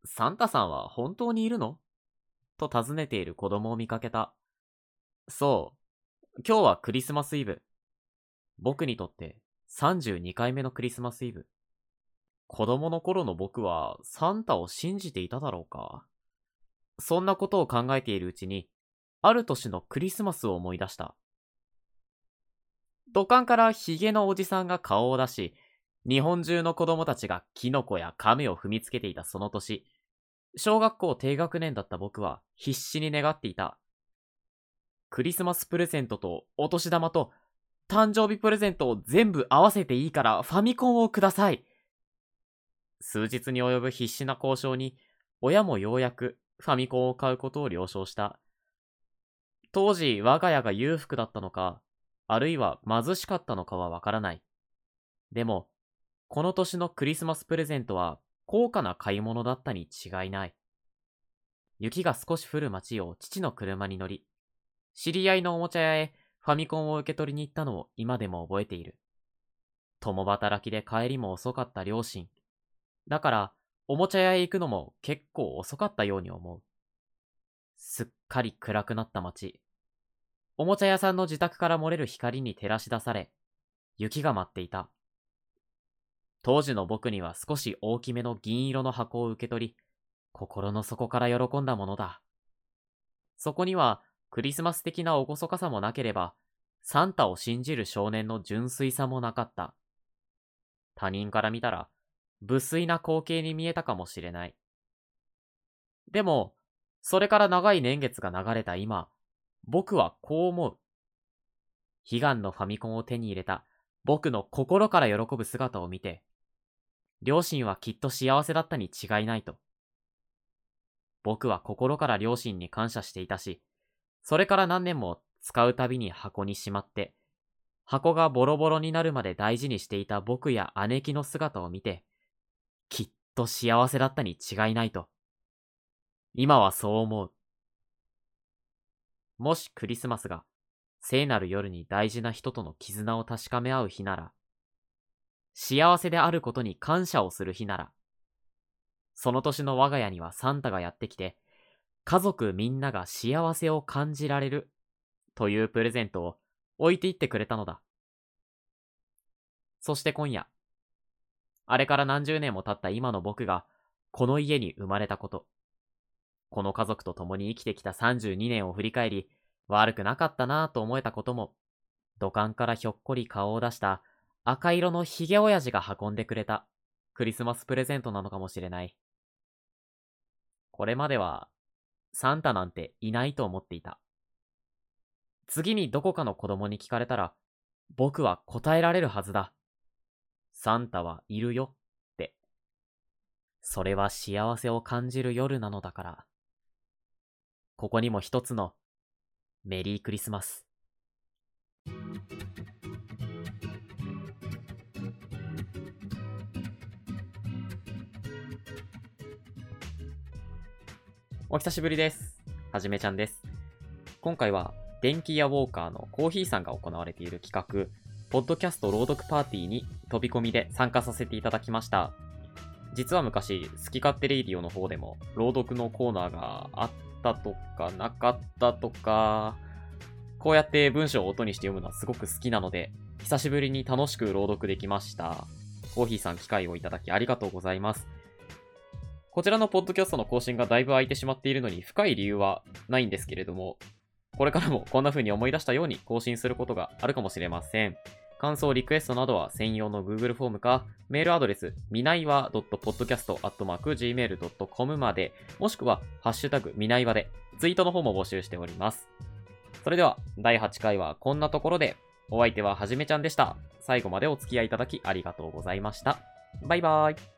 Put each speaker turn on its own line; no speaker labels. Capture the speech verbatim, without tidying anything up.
サンタさんは本当にいるのと尋ねている子供を見かけた。そう。今日はクリスマスイブ。僕にとってさんじゅうにかいめのクリスマスイブ。子供の頃の僕はサンタを信じていただろうか。そんなことを考えているうちに、ある年のクリスマスを思い出した。土管からヒゲのおじさんが顔を出し、日本中の子供たちがキノコや亀を踏みつけていたその年、小学校低学年だった僕は必死に願っていた。クリスマスプレゼントとお年玉と誕生日プレゼントを全部合わせていいからファミコンをください。数日に及ぶ必死な交渉に、親もようやくファミコンを買うことを了承した。当時我が家が裕福だったのか、あるいは貧しかったのかはわからない。でも、この年のクリスマスプレゼントは高価な買い物だったに違いない。雪が少し降る街を父の車に乗り、知り合いのおもちゃ屋へファミコンを受け取りに行ったのを今でも覚えている。共働きで帰りも遅かった両親。だから、おもちゃ屋へ行くのも結構遅かったように思う。すっかり暗くなった街。おもちゃ屋さんの自宅から漏れる光に照らし出され、雪が舞っていた。当時の僕には少し大きめの銀色の箱を受け取り、心の底から喜んだものだ。そこにはクリスマス的な厳かさもなければ、サンタを信じる少年の純粋さもなかった。他人から見たら、無粋な光景に見えたかもしれない。でも、それから長い年月が流れた今、僕はこう思う。悲願のファミコンを手に入れた僕の心から喜ぶ姿を見て、両親はきっと幸せだったに違いないと。僕は心から両親に感謝していたし、それから何年も使うたびに箱にしまって、箱がボロボロになるまで大事にしていた僕や姉貴の姿を見て、きっと幸せだったに違いないと。今はそう思う。もしクリスマスが聖なる夜に大事な人との絆を確かめ合う日なら、幸せであることに感謝をする日なら、その年の我が家にはサンタがやってきて、家族みんなが幸せを感じられるというプレゼントを置いていってくれたのだ。そして今夜、あれから何十年も経った今の僕がこの家に生まれたこと、この家族と共に生きてきたさんじゅうにねんを振り返り、悪くなかったなぁと思えたことも、土管からひょっこり顔を出した赤色のヒゲ親父が運んでくれたクリスマスプレゼントなのかもしれない。これまではサンタなんていないと思っていた。次にどこかの子供に聞かれたら、僕は答えられるはずだ。サンタはいるよって。それは幸せを感じる夜なのだから。ここにも一つのメリークリスマス。お久しぶりです。はじめちゃんです。今回は電気屋ウォーカーのコーヒーさんが行われている企画、ポッドキャスト朗読パーティーに飛び込みで参加させていただきました。実は昔、好き勝手レイディオの方でも朗読のコーナーがあったとかなかったとか、こうやって文章を音にして読むのはすごく好きなので、久しぶりに楽しく朗読できました。コーヒーさん機会をいただきありがとうございます。こちらのポッドキャストの更新がだいぶ空いてしまっているのに深い理由はないんですけれども、これからもこんな風に思い出したように更新することがあるかもしれません。感想、リクエストなどは専用の Google フォームか、メールアドレス、みないわ .podcast アットマーク ジーメール ドットコム まで、もしくは、ハッシュタグみないわで、ツイートの方も募集しております。それでは、だいはちかいはこんなところで、お相手ははじめちゃんでした。最後までお付き合いいただきありがとうございました。バイバーイ。